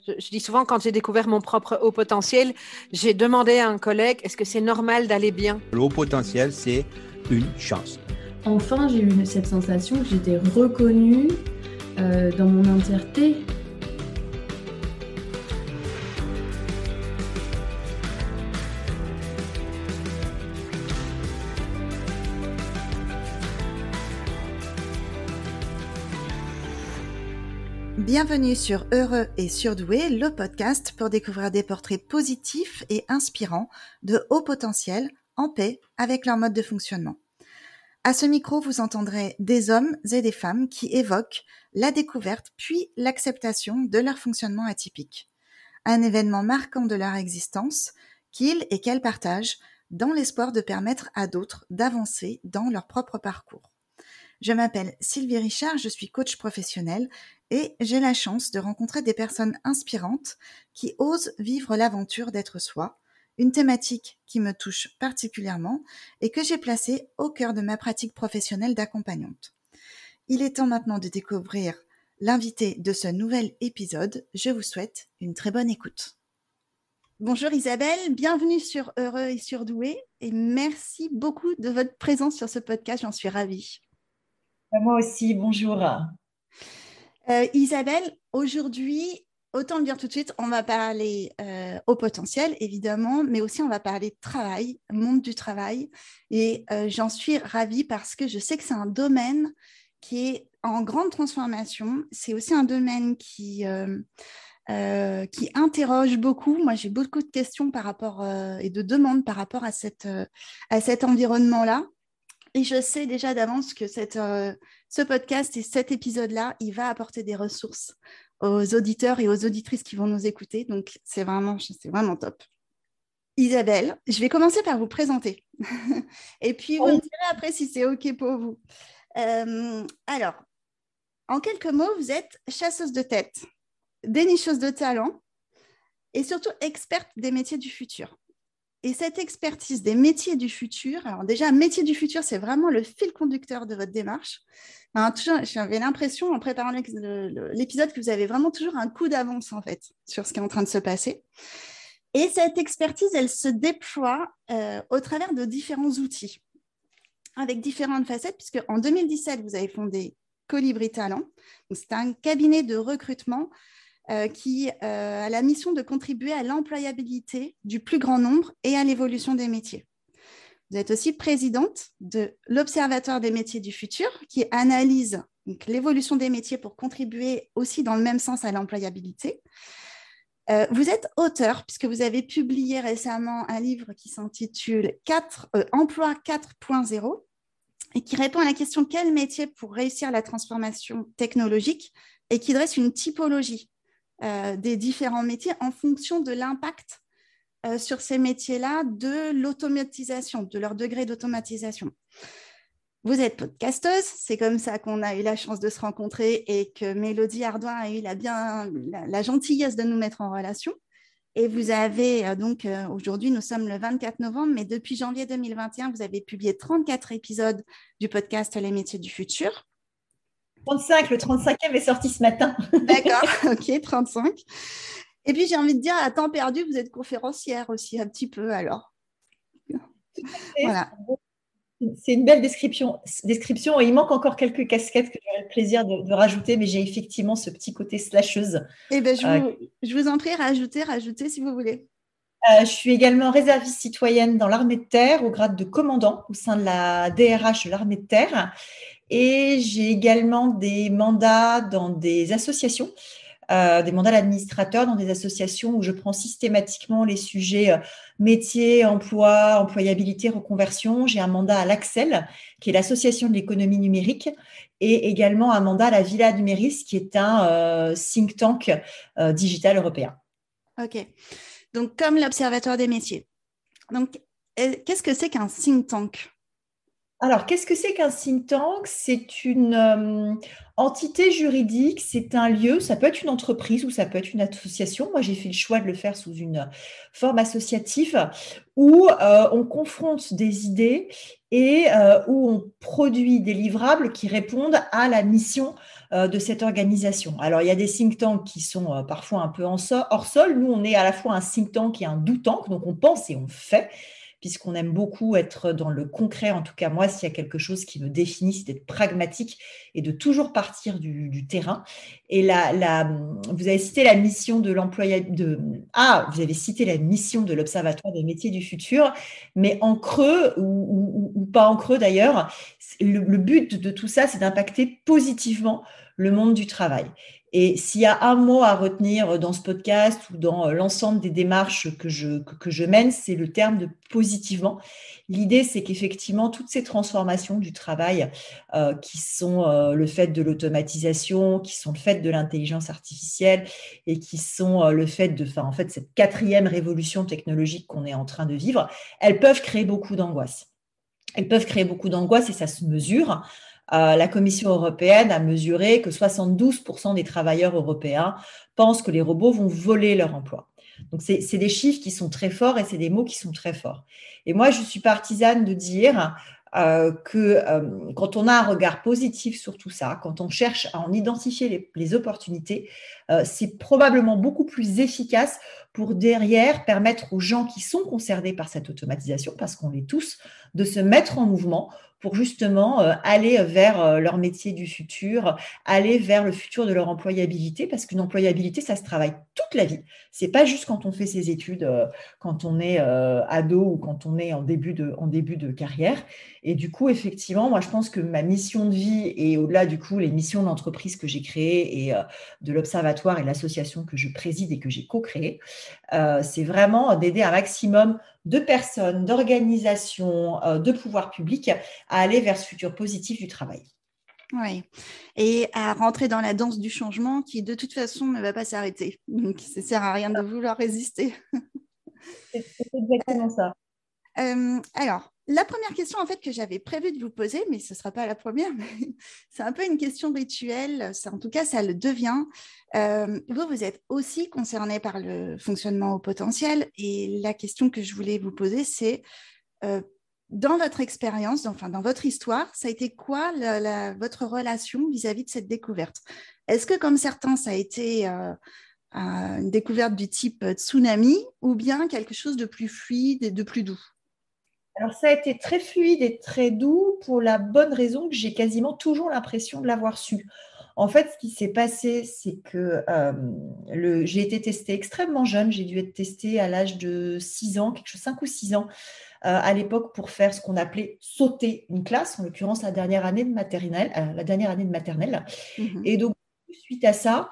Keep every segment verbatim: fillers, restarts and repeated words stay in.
Je, je dis souvent, quand j'ai découvert mon propre haut potentiel, j'ai demandé à un collègue, est-ce que c'est normal d'aller bien? Le haut potentiel, c'est une chance. Enfin, j'ai eu cette sensation que j'étais reconnue euh, dans mon entièreté. Bienvenue sur Heureux et Surdoué, le podcast pour découvrir des portraits positifs et inspirants de hauts potentiels en paix avec leur mode de fonctionnement. À ce micro, vous entendrez des hommes et des femmes qui évoquent la découverte puis l'acceptation de leur fonctionnement atypique. Un événement marquant de leur existence qu'ils et qu'elles partagent dans l'espoir de permettre à d'autres d'avancer dans leur propre parcours. Je m'appelle Sylvie Richard, je suis coach professionnel et j'ai la chance de rencontrer des personnes inspirantes qui osent vivre l'aventure d'être soi, une thématique qui me touche particulièrement et que j'ai placée au cœur de ma pratique professionnelle d'accompagnante. Il est temps maintenant de découvrir l'invité de ce nouvel épisode. Je vous souhaite une très bonne écoute. Bonjour Isabelle, bienvenue sur Heureux et Surdoué et merci beaucoup de votre présence sur ce podcast, j'en suis ravie. Moi aussi, bonjour. Euh, Isabelle, aujourd'hui, autant le dire tout de suite, on va parler euh, au potentiel, évidemment, mais aussi on va parler travail, monde du travail. Et euh, j'en suis ravie parce que je sais que c'est un domaine qui est en grande transformation. C'est aussi un domaine qui, euh, euh, qui interroge beaucoup. Moi, j'ai beaucoup de questions par rapport euh, et de demandes par rapport à, cette, euh, à cet environnement-là. Et je sais déjà d'avance que cette, euh, ce podcast et cet épisode-là, il va apporter des ressources aux auditeurs et aux auditrices qui vont nous écouter. Donc, c'est vraiment, c'est vraiment top. Isabelle, je vais commencer par vous présenter. Et puis, vous oui. me direz après si c'est OK pour vous. Euh, alors, en quelques mots, vous êtes chasseuse de tête, dénicheuse de talent et surtout experte des métiers du futur. Et cette expertise des métiers du futur, alors déjà, métier du futur, c'est vraiment le fil conducteur de votre démarche. Alors, toujours, j'avais l'impression, en préparant l'épisode, que vous avez vraiment toujours un coup d'avance, en fait, sur ce qui est en train de se passer. Et cette expertise, elle se déploie euh, au travers de différents outils, avec différentes facettes, puisque en deux mille dix-sept, vous avez fondé Colibri Talent. C'est un cabinet de recrutement Euh, qui euh, a la mission de contribuer à l'employabilité du plus grand nombre et à l'évolution des métiers. Vous êtes aussi présidente de l'Observatoire des métiers du futur, qui analyse donc, l'évolution des métiers pour contribuer aussi dans le même sens à l'employabilité. Euh, vous êtes auteur, puisque vous avez publié récemment un livre qui s'intitule euh, Emploi quatre point zéro et qui répond à la question quel métier pour réussir la transformation technologique et qui dresse une typologie Euh, des différents métiers en fonction de l'impact euh, sur ces métiers-là de l'automatisation, de leur degré d'automatisation. Vous êtes podcasteuse, c'est comme ça qu'on a eu la chance de se rencontrer et que Mélodie Ardouin a eu la, bien, la, la gentillesse de nous mettre en relation. Et vous avez euh, donc, euh, aujourd'hui, nous sommes le vingt-quatre novembre, mais depuis janvier deux mille vingt et un, vous avez publié trente-quatre épisodes du podcast Les métiers du futur. trente-cinq, le trente-cinquième est sorti ce matin. D'accord, ok, trente-cinq. Et puis, j'ai envie de dire, à temps perdu, vous êtes conférencière aussi, un petit peu, alors. Voilà. C'est une belle description, description. Et il manque encore quelques casquettes que j'aurais le plaisir de, de rajouter, mais j'ai effectivement ce petit côté slasheuse. Eh bien, je, euh, je vous en prie, rajoutez, rajoutez si vous voulez. Euh, je suis également réserviste citoyenne dans l'armée de terre, au grade de commandant, au sein de la D R H de l'armée de terre. Et j'ai également des mandats dans des associations, euh, des mandats d'administrateur dans des associations où je prends systématiquement les sujets euh, métiers, emploi, employabilité, reconversion. J'ai un mandat à l'Axel, qui est l'association de l'économie numérique, et également un mandat à la Villa Numéris, qui est un euh, think tank euh, digital européen. Ok. Donc, comme l'Observatoire des métiers. Donc, qu'est-ce que c'est qu'un think tank ? Alors, qu'est-ce que c'est qu'un think tank? C'est une euh, entité juridique, c'est un lieu, ça peut être une entreprise ou ça peut être une association. Moi, j'ai fait le choix de le faire sous une forme associative où euh, on confronte des idées et euh, où on produit des livrables qui répondent à la mission euh, de cette organisation. Alors, il y a des think tanks qui sont euh, parfois un peu en so- hors sol. Nous, on est à la fois un think tank et un do tank, donc on pense et on fait, puisqu'on aime beaucoup être dans le concret. En tout cas, moi, s'il y a quelque chose qui me définit, c'est d'être pragmatique et de toujours partir du, du terrain. Et la, la, vous avez cité la mission de l'employabilité. De, ah, vous avez cité la mission de l'Observatoire des métiers du futur, mais en creux, ou, ou, ou pas en creux d'ailleurs, le, le but de tout ça, c'est d'impacter positivement le monde du travail. Et s'il y a un mot à retenir dans ce podcast ou dans l'ensemble des démarches que je, que, que je mène, c'est le terme de positivement. L'idée, c'est qu'effectivement, toutes ces transformations du travail euh, qui sont euh, le fait de l'automatisation, qui sont le fait de l'intelligence artificielle et qui sont euh, le fait de, enfin, en fait, cette quatrième révolution technologique qu'on est en train de vivre, elles peuvent créer beaucoup d'angoisse. Elles peuvent créer beaucoup d'angoisse et ça se mesure. Euh, la Commission européenne a mesuré que soixante-douze pour cent des travailleurs européens pensent que les robots vont voler leur emploi. Donc, c'est, c'est des chiffres qui sont très forts et c'est des mots qui sont très forts. Et moi, je suis partisane de dire euh, que euh, quand on a un regard positif sur tout ça, quand on cherche à en identifier les, les opportunités, euh, c'est probablement beaucoup plus efficace pour derrière permettre aux gens qui sont concernés par cette automatisation, parce qu'on l'est tous, de se mettre en mouvement pour justement euh, aller vers euh, leur métier du futur, aller vers le futur de leur employabilité, parce qu'une employabilité, ça se travaille toute la vie. C'est pas juste quand on fait ses études, euh, quand on est euh, ado ou quand on est en début de, en début de carrière. Et du coup, effectivement, moi, je pense que ma mission de vie et au-delà, du coup, les missions d'entreprise que j'ai créées et euh, de l'Observatoire et l'association que je préside et que j'ai co-créée, euh, c'est vraiment d'aider un maximum de personnes, d'organisations, euh, de pouvoirs publics à aller vers ce futur positif du travail. Oui, et à rentrer dans la danse du changement qui, de toute façon, ne va pas s'arrêter. Donc, ça ne sert à rien de vouloir résister. C'est, c'est exactement ça. Euh, alors, la première question en fait que j'avais prévu de vous poser, mais ce ne sera pas la première, mais c'est un peu une question rituelle, c'est, en tout cas ça le devient. Euh, vous, vous êtes aussi concerné par le fonctionnement au potentiel et la question que je voulais vous poser, c'est euh, dans votre expérience, enfin dans votre histoire, ça a été quoi la, la, votre relation vis-à-vis de cette découverte? Est-ce que comme certains, ça a été... Euh, une découverte du type tsunami ou bien quelque chose de plus fluide et de plus doux? Alors, ça a été très fluide et très doux pour la bonne raison que j'ai quasiment toujours l'impression de l'avoir su. En fait, ce qui s'est passé, c'est que euh, le, j'ai été testée extrêmement jeune. J'ai dû être testée à l'âge de six ans, quelque chose, cinq ou six ans, euh, à l'époque pour faire ce qu'on appelait sauter une classe, en l'occurrence la dernière année de maternelle. Euh, la dernière année de maternelle. Mmh. Et donc, suite à ça,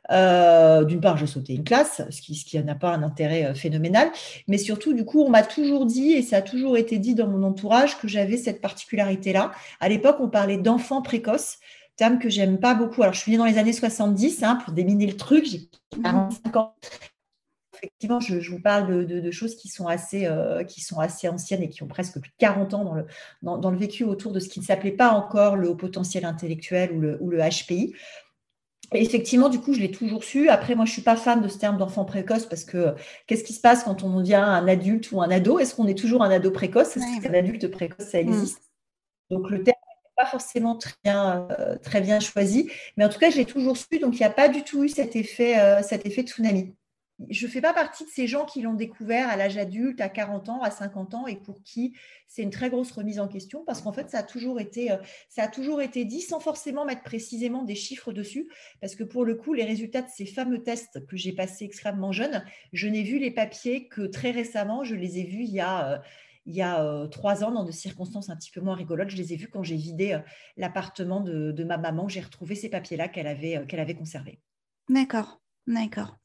euh, d'une part, je sautais une classe, ce qui, ce qui n'a pas un intérêt euh, phénoménal, mais surtout, du coup, on m'a toujours dit, et ça a toujours été dit dans mon entourage, que j'avais cette particularité-là. À l'époque, on parlait d'enfant précoce, terme que j'aime pas beaucoup. Alors, je suis née dans les années soixante-dix, hein, pour déminer le truc, j'ai quarante-cinq ans. Effectivement, je, je vous parle de, de, de choses qui sont, assez, euh, qui sont assez anciennes et qui ont presque plus de quarante ans dans le, dans, dans le vécu autour de ce qui ne s'appelait pas encore le haut potentiel intellectuel ou le, ou le H P I. Et effectivement, du coup, je l'ai toujours su. Après, moi, je ne suis pas fan de ce terme d'enfant précoce parce que qu'est-ce qui se passe quand on devient un adulte ou un ado? Est-ce qu'on est toujours un ado précoce? Est-ce qu'un adulte précoce, ça existe? Mmh. Donc, le terme n'est pas forcément très bien, euh, très bien choisi. Mais en tout cas, je l'ai toujours su. Donc, il n'y a pas du tout eu cet effet, euh, cet effet tsunami. Je ne fais pas partie de ces gens qui l'ont découvert à l'âge adulte, à quarante ans, à cinquante ans, et pour qui c'est une très grosse remise en question, parce qu'en fait, ça a toujours été, ça a toujours été dit sans forcément mettre précisément des chiffres dessus, parce que pour le coup, les résultats de ces fameux tests que j'ai passés extrêmement jeune, je n'ai vu les papiers que très récemment, je les ai vus il y a... il y a trois ans, dans des circonstances un petit peu moins rigolotes. Je les ai vus quand j'ai vidé l'appartement de, de ma maman. J'ai retrouvé ces papiers-là qu'elle avait, qu'elle avait conservés. D'accord, d'accord.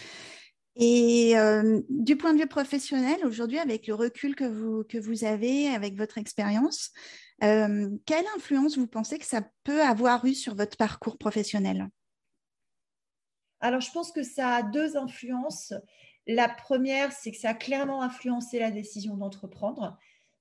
Et euh, du point de vue professionnel, aujourd'hui, avec le recul que vous, que vous avez, avec votre expérience, euh, quelle influence vous pensez que ça peut avoir eu sur votre parcours professionnel? Alors, je pense que ça a deux influences. La première, c'est que ça a clairement influencé la décision d'entreprendre.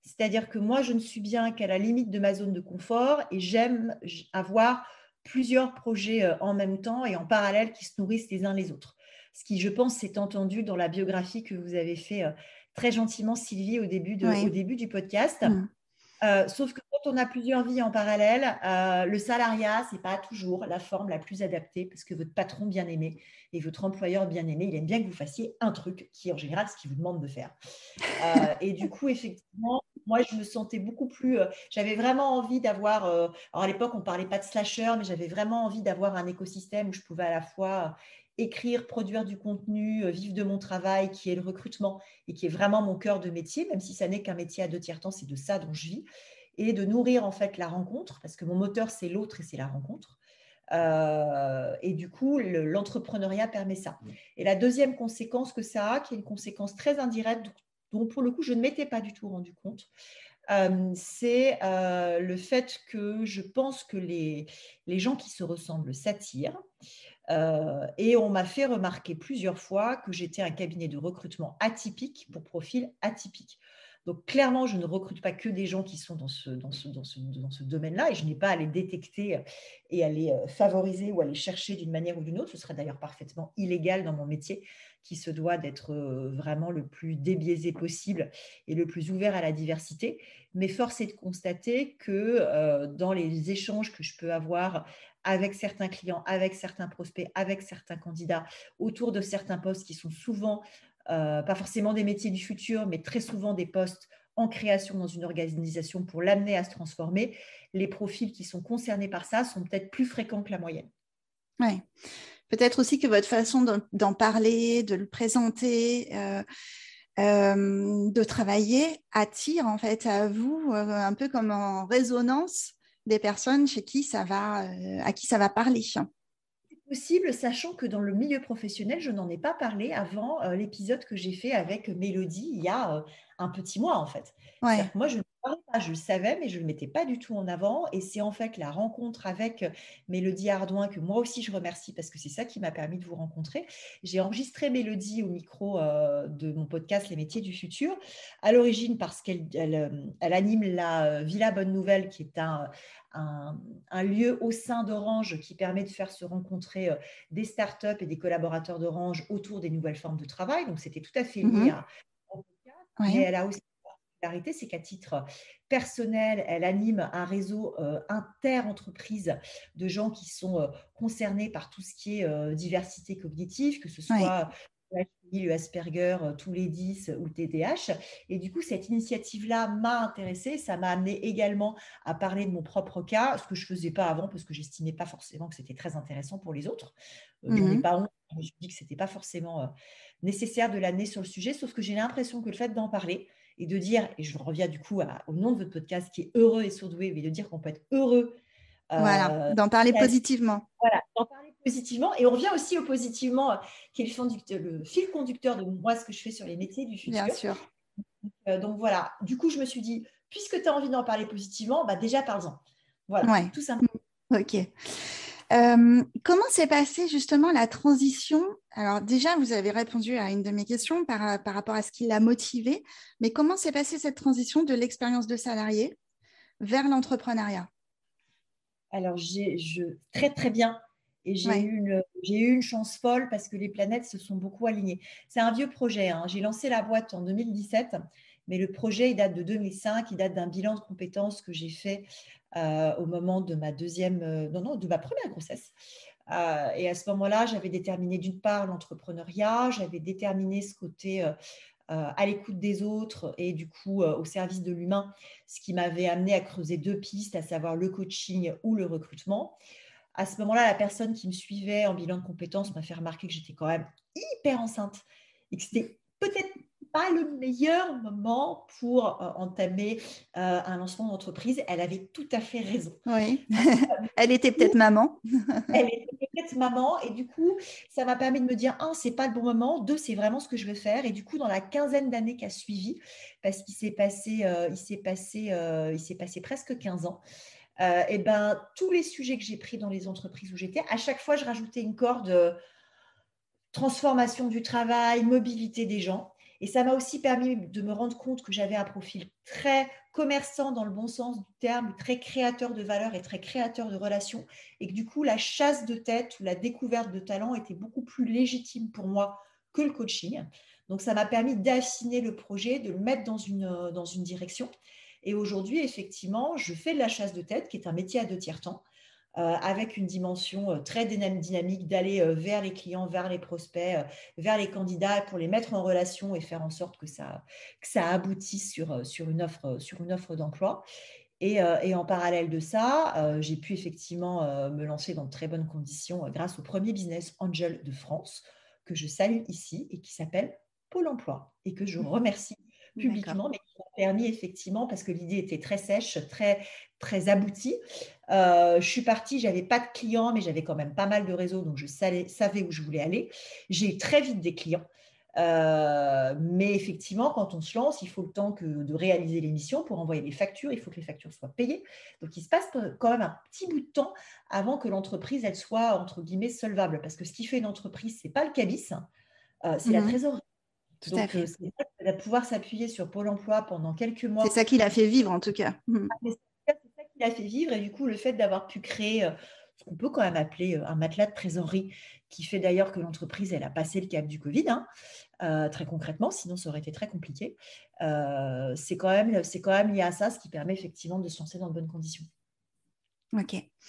C'est-à-dire que moi, je ne suis bien qu'à la limite de ma zone de confort et j'aime avoir plusieurs projets en même temps et en parallèle qui se nourrissent les uns les autres. Ce qui, je pense, s'est entendu dans la biographie que vous avez fait très gentiment, Sylvie, au début, de, Oui. au début du podcast. Mmh. Euh, sauf que quand on a plusieurs vies en parallèle, euh, le salariat, ce n'est pas toujours la forme la plus adaptée parce que votre patron bien-aimé et votre employeur bien-aimé, il aime bien que vous fassiez un truc qui est en général ce qu'il vous demande de faire. Euh, et du coup, effectivement, moi, je me sentais beaucoup plus… Euh, j'avais vraiment envie d'avoir… Euh, alors, à l'époque, on ne parlait pas de slasher, mais j'avais vraiment envie d'avoir un écosystème où je pouvais à la fois écrire, produire du contenu, euh, vivre de mon travail, qui est le recrutement et qui est vraiment mon cœur de métier, même si ça n'est qu'un métier à deux tiers temps, c'est de ça dont je vis, et de nourrir en fait la rencontre, parce que mon moteur, c'est l'autre et c'est la rencontre. Euh, et du coup, le, l'entrepreneuriat permet ça. Et la deuxième conséquence que ça a, qui est une conséquence très indirecte, dont pour le coup, je ne m'étais pas du tout rendu compte, euh, c'est euh, le fait que je pense que les, les gens qui se ressemblent s'attirent. Euh, et on m'a fait remarquer plusieurs fois que j'étais un cabinet de recrutement atypique pour profil atypique. Donc, clairement, je ne recrute pas que des gens qui sont dans ce, dans ce, dans ce, dans ce domaine-là et je n'ai pas à les détecter et à les favoriser ou à les chercher d'une manière ou d'une autre. Ce serait d'ailleurs parfaitement illégal dans mon métier qui se doit d'être vraiment le plus débiaisé possible et le plus ouvert à la diversité. Mais force est de constater que euh, dans les échanges que je peux avoir avec certains clients, avec certains prospects, avec certains candidats, autour de certains postes qui sont souvent, euh, pas forcément des métiers du futur, mais très souvent des postes en création dans une organisation pour l'amener à se transformer, les profils qui sont concernés par ça sont peut-être plus fréquents que la moyenne. Oui. Peut-être aussi que votre façon d'en, d'en parler, de le présenter, euh, euh, de travailler attire en fait à vous euh, un peu comme en résonance des personnes chez qui ça va, euh, à qui ça va parler. C'est possible, sachant que dans le milieu professionnel, je n'en ai pas parlé avant euh, l'épisode que j'ai fait avec Mélodie il y a euh, un petit mois en fait. Ouais. C'est-à-dire que moi, je ne parlais pas, je le savais, mais je ne le mettais pas du tout en avant. Et c'est en fait la rencontre avec Mélodie Ardouin, que moi aussi je remercie parce que c'est ça qui m'a permis de vous rencontrer. J'ai enregistré Mélodie au micro euh, de mon podcast Les métiers du futur, à l'origine parce qu'elle elle, elle anime la Villa Bonne Nouvelle, qui est un, un, un lieu au sein d'Orange qui permet de faire se rencontrer euh, des startups et des collaborateurs d'Orange autour des nouvelles formes de travail. Donc c'était tout à fait lié Mm-hmm. à… Ouais. Mais elle a aussi une particularité, c'est qu'à titre personnel, elle anime un réseau euh, inter-entreprise de gens qui sont euh, concernés par tout ce qui est euh, diversité cognitive, que ce soit ouais. le Asperger, euh, tous les dix ou le T D A H. Et du coup, cette initiative-là m'a intéressée. Ça m'a amené également à parler de mon propre cas, ce que je ne faisais pas avant parce que je n'estimais pas forcément que c'était très intéressant pour les autres. Euh, mm-hmm. J'en ai pas honte. Je me suis dit que ce n'était pas forcément euh, nécessaire de l'amener sur le sujet, sauf que j'ai l'impression que le fait d'en parler et de dire, et je reviens du coup à, au nom de votre podcast qui est Heureux et Surdoué, mais de dire qu'on peut être heureux. Euh, voilà, d'en parler euh, positivement. Voilà, d'en parler positivement. Et on revient aussi au positivement, euh, qui est le, le fil conducteur de moi, ce que je fais sur les métiers du futur. Bien sûr. Euh, donc voilà, du coup, je me suis dit, puisque tu as envie d'en parler positivement, bah déjà parle-en. Voilà, ouais. tout simplement. Ok. Euh, comment s'est passée justement la transition? Alors déjà, vous avez répondu à une de mes questions par, par rapport à ce qui l'a motivé, mais comment s'est passée cette transition de l'expérience de salarié vers l'entrepreneuriat? Alors, j'ai, je, très très bien. Et j'ai, ouais. eu une, j'ai eu une chance folle parce que les planètes se sont beaucoup alignées. C'est un vieux projet. Hein. J'ai lancé la boîte en deux mille dix-sept, mais le projet, il date de deux mille cinq. Il date d'un bilan de compétences que j'ai fait euh, au moment de ma deuxième, euh, non, non, de ma première grossesse. Euh, et à ce moment-là, j'avais déterminé d'une part l'entrepreneuriat, j'avais déterminé ce côté euh, euh, à l'écoute des autres et du coup euh, au service de l'humain, ce qui m'avait amené à creuser deux pistes, à savoir le coaching ou le recrutement. À ce moment-là, la personne qui me suivait en bilan de compétences m'a fait remarquer que j'étais quand même hyper enceinte et que c'était peut-être pas le meilleur moment pour euh, entamer euh, un lancement d'entreprise. Elle avait tout à fait raison. Oui, elle était peut-être maman. Elle était peut-être maman et du coup, ça m'a permis de me dire, un, c'est pas le bon moment, deux, c'est vraiment ce que je veux faire. Et du coup, dans la quinzaine d'années qui a suivi, parce qu'il s'est passé, euh, il s'est passé, euh, il s'est passé presque quinze ans, euh, et ben tous les sujets que j'ai pris dans les entreprises où j'étais, à chaque fois, je rajoutais une corde euh, transformation du travail, mobilité des gens. Et ça m'a aussi permis de me rendre compte que j'avais un profil très commerçant dans le bon sens du terme, très créateur de valeur et très créateur de relations. Et que du coup, la chasse de tête ou la découverte de talent était beaucoup plus légitime pour moi que le coaching. Donc, ça m'a permis d'affiner le projet, de le mettre dans une, dans une direction. Et aujourd'hui, effectivement, je fais de la chasse de tête, qui est un métier à deux tiers temps, euh, avec une dimension euh, très dynamique d'aller euh, vers les clients, vers les prospects, euh, vers les candidats pour les mettre en relation et faire en sorte que ça, que ça aboutisse sur, sur une offre, sur une offre d'emploi. Et, euh, et en parallèle de ça, euh, j'ai pu effectivement euh, me lancer dans de très bonnes conditions euh, grâce au premier business angel de France que je salue ici et qui s'appelle Pôle emploi et que je remercie publiquement, mais qui m'a permis effectivement, parce que l'idée était très sèche, très, très aboutie. Euh, je suis partie, je n'avais pas de clients, mais j'avais quand même pas mal de réseaux, donc je savais, savais où je voulais aller. J'ai eu très vite des clients. Euh, mais effectivement, quand on se lance, il faut le temps que, de réaliser l'émission pour envoyer les factures. Il faut que les factures soient payées. Donc, il se passe quand même un petit bout de temps avant que l'entreprise elle soit, entre guillemets, solvable. Parce que ce qui fait une entreprise, ce n'est pas le cabis, euh, c'est mmh. la trésorerie. Tout Donc, à fait. Euh, c'est ça qui va pouvoir s'appuyer sur Pôle emploi pendant quelques mois. C'est ça qui l'a fait vivre, en tout cas. Mmh. Ah, c'est ça qui l'a fait vivre. Et du coup, le fait d'avoir pu créer euh, ce qu'on peut quand même appeler euh, un matelas de trésorerie, qui fait d'ailleurs que l'entreprise, elle a passé le cap du Covid, hein, euh, très concrètement, sinon ça aurait été très compliqué. Euh, c'est quand même, c'est quand même lié à ça, ce qui permet effectivement de se lancer dans de bonnes conditions. Ok.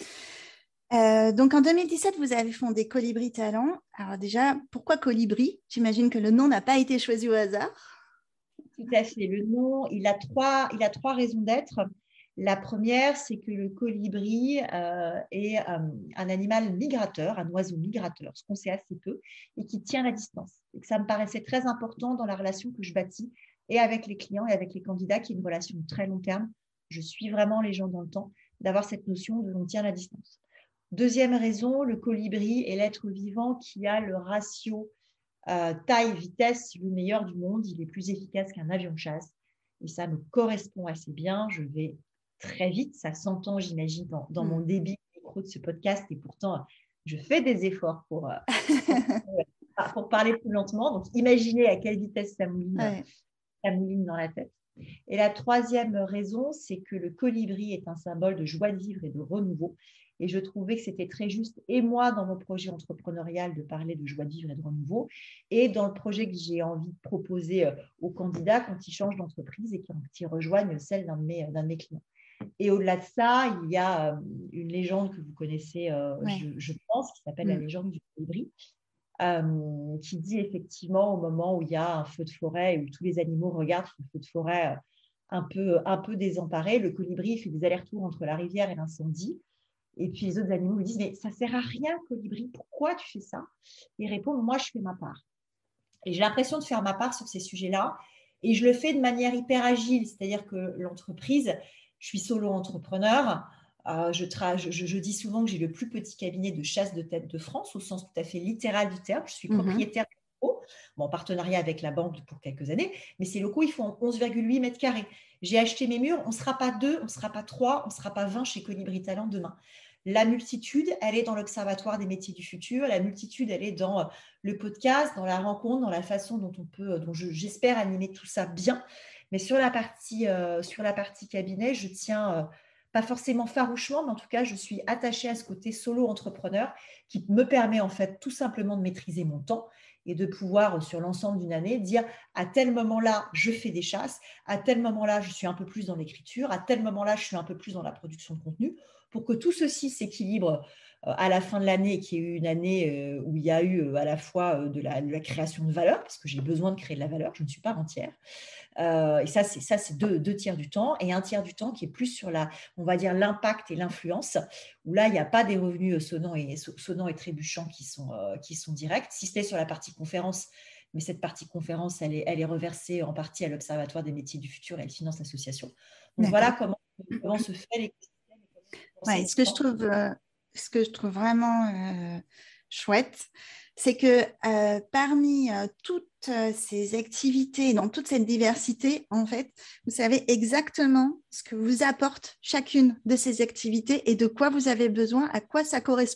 Euh, donc en deux mille dix-sept, vous avez fondé Colibri Talent. Alors déjà, pourquoi Colibri? J'imagine que le nom n'a pas été choisi au hasard. Tout à fait. Le nom, il a trois, il a trois raisons d'être. La première, c'est que le colibri euh, est euh, un animal migrateur, un oiseau migrateur, ce qu'on sait assez peu, et qui tient la distance. Et que ça me paraissait très important dans la relation que je bâtis, et avec les clients et avec les candidats, qui est une relation de très long terme. Je suis vraiment les gens dans le temps, d'avoir cette notion de on tient la distance. Deuxième raison, le colibri est l'être vivant qui a le ratio euh, taille-vitesse le meilleur du monde. Il est plus efficace qu'un avion de chasse. Et ça me correspond assez bien. Je vais très vite, ça s'entend, j'imagine, dans, dans mmh. mon débit de micro de ce podcast. Et pourtant, je fais des efforts pour, pour, pour parler plus lentement. Donc, imaginez à quelle vitesse ça mouline, ouais. ça mouline dans la tête. Et la troisième raison, c'est que le colibri est un symbole de joie de vivre et de renouveau. Et je trouvais que c'était très juste, et moi, dans mon projet entrepreneurial, de parler de joie de vivre et de renouveau, et dans le projet que j'ai envie de proposer aux candidats quand ils changent d'entreprise et quand ils rejoignent celle d'un de mes, d'un de mes clients. Et au-delà de ça, il y a une légende que vous connaissez, euh, ouais. je, je pense, qui s'appelle mmh. la légende du colibri, euh, qui dit effectivement au moment où il y a un feu de forêt, où tous les animaux regardent le feu de forêt un peu, un peu désemparé, le colibri fait des allers-retours entre la rivière et l'incendie. Et puis les autres animaux lui disent « Mais ça ne sert à rien, colibri, pourquoi tu fais ça ?» Il répond « Moi, je fais ma part. » Et j'ai l'impression de faire ma part sur ces sujets-là. Et je le fais de manière hyper agile, c'est-à-dire que l'entreprise, je suis solo-entrepreneur. Euh, je, tra- je, je dis souvent que j'ai le plus petit cabinet de chasse de tête de France, au sens tout à fait littéral du terme. Je suis mmh. propriétaire de locaux, bon, en partenariat avec la banque pour quelques années, mais ces locaux, ils font onze virgule huit mètres carrés. J'ai acheté mes murs, on ne sera pas deux, on ne sera pas trois, on ne sera pas vingt chez Colibri Talent demain. La multitude, elle est dans l'Observatoire des métiers du futur. La multitude, elle est dans le podcast, dans la rencontre, dans la façon dont on peut, dont je, j'espère animer tout ça bien. Mais sur la partie, euh, sur la partie cabinet, je tiens, euh, pas forcément farouchement, mais en tout cas, je suis attachée à ce côté solo-entrepreneur qui me permet en fait tout simplement de maîtriser mon temps et de pouvoir, sur l'ensemble d'une année, dire à tel moment-là, je fais des chasses, à tel moment-là, je suis un peu plus dans l'écriture, à tel moment-là, je suis un peu plus dans la production de contenu, pour que tout ceci s'équilibre à la fin de l'année et qu'il y ait eu une année où il y a eu à la fois de la, de la création de valeur, parce que j'ai besoin de créer de la valeur, je ne suis pas rentière. Euh, et ça, c'est, ça, c'est deux, deux tiers du temps, et un tiers du temps qui est plus sur la, on va dire, l'impact et l'influence, où là, il n'y a pas des revenus sonnants et, sonnants et trébuchants qui sont, euh, qui sont directs, si c'était sur la partie conférence. Mais cette partie conférence, elle est, elle est reversée en partie à l'Observatoire des métiers du futur et elle finance l'association. Donc, D'accord. voilà comment, comment se fait l'écosystème. Ouais, ce que je trouve, euh, ce que je trouve vraiment euh, chouette, c'est que euh, parmi euh, toutes euh, ces activités, dans toute cette diversité, en fait, vous savez exactement ce que vous apporte chacune de ces activités et de quoi vous avez besoin, à quoi ça correspond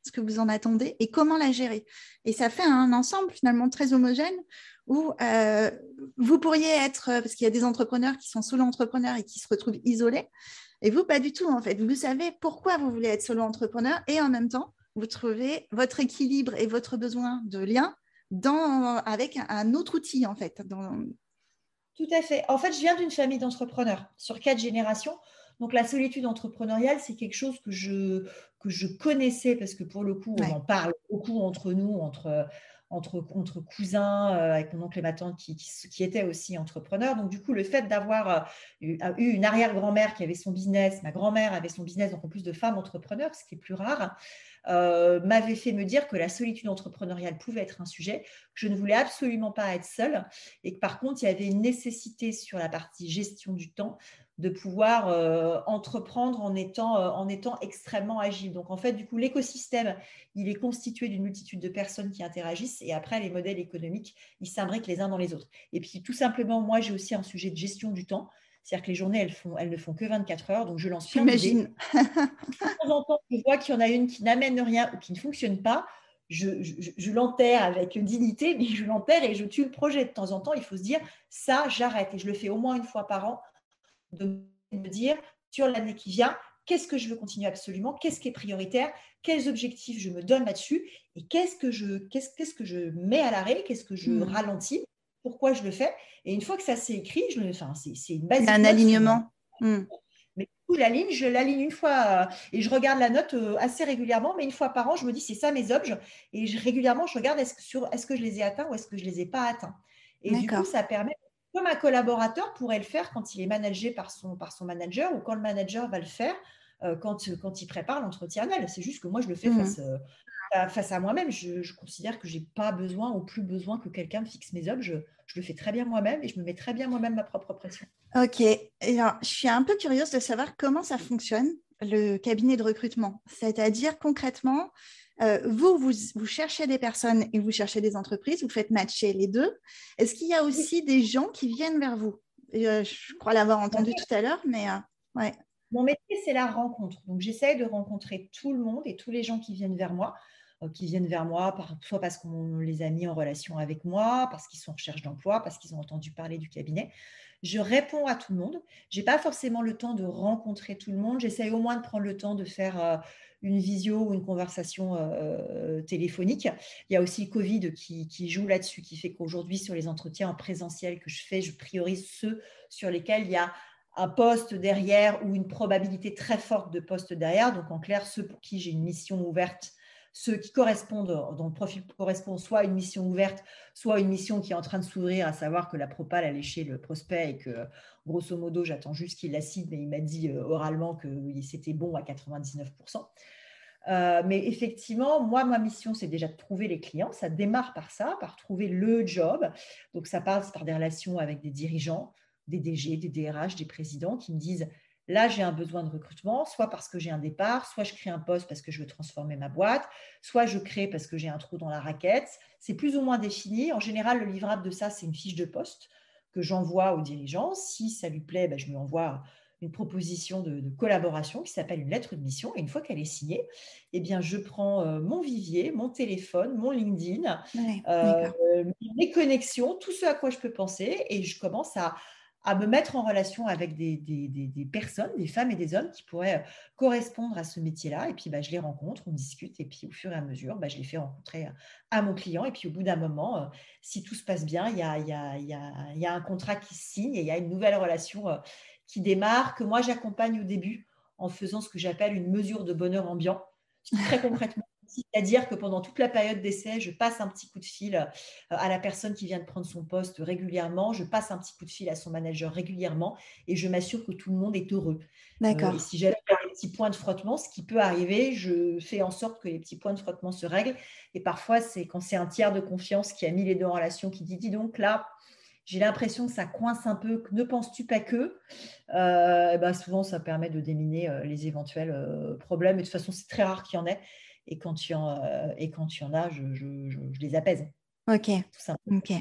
ce que vous en attendez et comment la gérer. Et ça fait un ensemble finalement très homogène où euh, vous pourriez être, parce qu'il y a des entrepreneurs qui sont solo-entrepreneurs et qui se retrouvent isolés, et vous, pas du tout en fait. Vous savez pourquoi vous voulez être solo-entrepreneur et en même temps, vous trouvez votre équilibre et votre besoin de lien dans, avec un, un autre outil en fait. Dans... Tout à fait. En fait, je viens d'une famille d'entrepreneurs sur quatre générations. Donc, la solitude entrepreneuriale, c'est quelque chose que je, que je connaissais parce que pour le coup, on ouais. en parle beaucoup entre nous, entre, entre, entre cousins, euh, avec mon oncle et ma tante qui, qui, qui étaient aussi entrepreneurs. Donc, du coup, le fait d'avoir eu, eu une arrière-grand-mère qui avait son business, ma grand-mère avait son business, donc en plus de femmes entrepreneurs, ce qui est plus rare, euh, m'avait fait me dire que la solitude entrepreneuriale pouvait être un sujet, que je ne voulais absolument pas être seule et que par contre, il y avait une nécessité sur la partie gestion du temps de pouvoir euh, entreprendre en étant, euh, en étant extrêmement agile. Donc, en fait, du coup, l'écosystème, il est constitué d'une multitude de personnes qui interagissent et après, les modèles économiques, ils s'imbriquent les uns dans les autres. Et puis, tout simplement, moi, j'ai aussi un sujet de gestion du temps. C'est-à-dire que les journées, elles, font, elles ne font que vingt-quatre heures, donc je lance plein d'idées. De temps en temps, je vois qu'il y en a une qui n'amène rien ou qui ne fonctionne pas. Je, je, je l'enterre avec dignité, mais je l'enterre et je tue le projet. De temps en temps, il faut se dire, ça, j'arrête. Et je le fais au moins une fois par an, de me dire, sur l'année qui vient, qu'est-ce que je veux continuer absolument, qu'est-ce qui est prioritaire, quels objectifs je me donne là-dessus et qu'est-ce que je, qu'est-ce, qu'est-ce que je mets à l'arrêt, qu'est-ce que je mmh. ralentis, pourquoi je le fais. Et une fois que ça s'est écrit, je le, enfin, c'est, c'est une base. Il y a un alignement. Mmh. Mais du coup, je l'aligne, je l'aligne une fois euh, et je regarde la note euh, assez régulièrement, mais une fois par an, je me dis, c'est ça mes objets. Et je, régulièrement, je regarde est-ce que, sur, est-ce que je les ai atteints ou est-ce que je ne les ai pas atteints. Et D'accord. du coup, ça permet, comme un collaborateur pourrait le faire quand il est managé par son, par son manager ou quand le manager va le faire euh, quand, quand il prépare l'entretien annuel. C'est juste que moi, je le fais mmh. face, euh, face à moi-même. Je, je considère que je n'ai pas besoin ou plus besoin que quelqu'un me fixe mes objets. Je, je le fais très bien moi-même et je me mets très bien moi-même ma propre pression. Ok. Alors, je suis un peu curieuse de savoir comment ça fonctionne, le cabinet de recrutement. C'est-à-dire concrètement, Euh, vous, vous, vous cherchez des personnes et vous cherchez des entreprises, vous faites matcher les deux. Est-ce qu'il y a aussi des gens qui viennent vers vous? et, euh, Je crois l'avoir entendu tout à l'heure, mais euh, ouais. Mon métier, c'est la rencontre. Donc, j'essaye de rencontrer tout le monde et tous les gens qui viennent vers moi, euh, qui viennent vers moi, par, soit parce qu'on les a mis en relation avec moi, parce qu'ils sont en recherche d'emploi, parce qu'ils ont entendu parler du cabinet. Je réponds à tout le monde. Je n'ai pas forcément le temps de rencontrer tout le monde. J'essaye au moins de prendre le temps de faire euh, une visio ou une conversation euh, téléphonique. Il y a aussi le Covid qui, qui joue là-dessus, qui fait qu'aujourd'hui, sur les entretiens en présentiel que je fais, je priorise ceux sur lesquels il y a un poste derrière ou une probabilité très forte de poste derrière. Donc, en clair, ceux pour qui j'ai une mission ouverte, ceux qui correspondent, dont le profil correspond soit à une mission ouverte, soit à une mission qui est en train de s'ouvrir, à savoir que la propale a léché le prospect et que, grosso modo, j'attends juste qu'il la signe, mais il m'a dit euh, oralement que c'était bon à quatre-vingt-dix-neuf pour cent. Euh, mais effectivement, moi, ma mission, c'est déjà de trouver les clients. Ça démarre par ça, par trouver le job. Donc, ça passe par des relations avec des dirigeants, des D G, des D R H, des présidents qui me disent « Là, j'ai un besoin de recrutement, soit parce que j'ai un départ, soit je crée un poste parce que je veux transformer ma boîte, soit je crée parce que j'ai un trou dans la raquette. » C'est plus ou moins défini. En général, le livrable de ça, c'est une fiche de poste que j'envoie au dirigeant. Si ça lui plaît, ben, je lui envoie une proposition de, de collaboration qui s'appelle une lettre de mission. Et une fois qu'elle est signée, eh bien, je prends euh, mon vivier, mon téléphone, mon LinkedIn, ouais, euh, mes connexions, tout ce à quoi je peux penser et je commence à, à me mettre en relation avec des, des, des, des personnes, des femmes et des hommes qui pourraient correspondre à ce métier-là. Et puis, bah, je les rencontre, on discute et puis au fur et à mesure, bah, je les fais rencontrer à mon client. Et puis, au bout d'un moment, euh, si tout se passe bien, il y a, il y a, il y a, il y a un contrat qui se signe et il y a une nouvelle relation euh, qui démarre, que moi, j'accompagne au début en faisant ce que j'appelle une mesure de bonheur ambiant. Très concrètement, c'est-à-dire que pendant toute la période d'essai, je passe un petit coup de fil à la personne qui vient de prendre son poste régulièrement, je passe un petit coup de fil à son manager régulièrement et je m'assure que tout le monde est heureux. D'accord. Euh, et si j'avais des petits points de frottement, ce qui peut arriver, je fais en sorte que les petits points de frottement se règlent. Et parfois, c'est quand c'est un tiers de confiance qui a mis les deux en relation qui dit « Dis donc, là, j'ai l'impression que ça coince un peu, ne penses-tu pas que euh, ?» Et ben souvent, ça permet de déminer euh, les éventuels euh, problèmes. Et de toute façon, c'est très rare qu'il y en ait. Et quand tu en, euh, et quand tu en as, je, je, je, je les apaise. Ok. Tout simplement. Ok.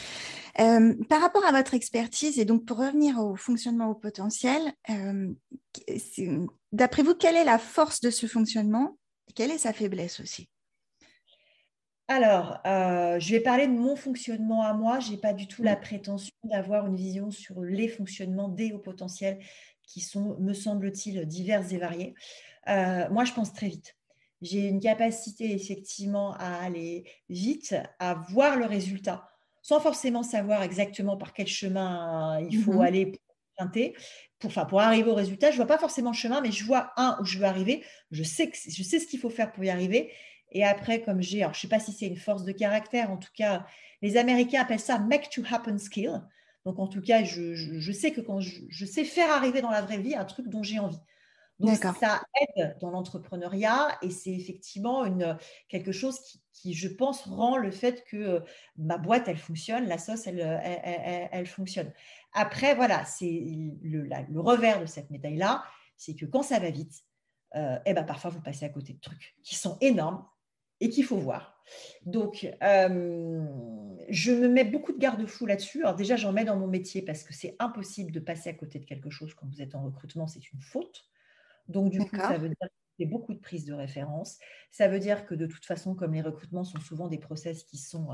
Euh, par rapport à votre expertise, et donc pour revenir au fonctionnement au potentiel, euh, d'après vous, quelle est la force de ce fonctionnement Quelle est sa faiblesse aussi? Alors, euh, je vais parler de mon fonctionnement à moi. Je n'ai pas du tout Mm. la prétention d'avoir une vision sur les fonctionnements des hauts potentiels qui sont, me semble-t-il, divers et variés. Euh, moi, je pense très vite. J'ai une capacité effectivement à aller vite, à voir le résultat, sans forcément savoir exactement par quel chemin il faut Mhm. aller pour emprunter. Pour, enfin, pour arriver au résultat, je ne vois pas forcément le chemin, mais je vois un où je veux arriver. Je sais, que, je sais ce qu'il faut faire pour y arriver. Et après, comme j'ai, alors je ne sais pas si c'est une force de caractère, en tout cas, les Américains appellent ça make to happen skill. Donc, en tout cas, je, je, je sais que quand je, je sais faire arriver dans la vraie vie un truc dont j'ai envie. Donc, D'accord. ça aide dans l'entrepreneuriat et c'est effectivement une, quelque chose qui, qui, je pense, rend le fait que euh, ma boîte, elle fonctionne, la sauce, elle, elle, elle, elle fonctionne. Après, voilà, c'est le, la, le revers de cette médaille-là, c'est que quand ça va vite, euh, eh ben, parfois, vous passez à côté de trucs qui sont énormes et qu'il faut voir. Donc, euh, je me mets beaucoup de garde-fous là-dessus. Alors déjà, j'en mets dans mon métier parce que c'est impossible de passer à côté de quelque chose quand vous êtes en recrutement, c'est une faute. Donc, du coup, ça veut dire qu'il y a beaucoup de prises de référence. Ça veut dire que de toute façon, comme les recrutements sont souvent des process qui sont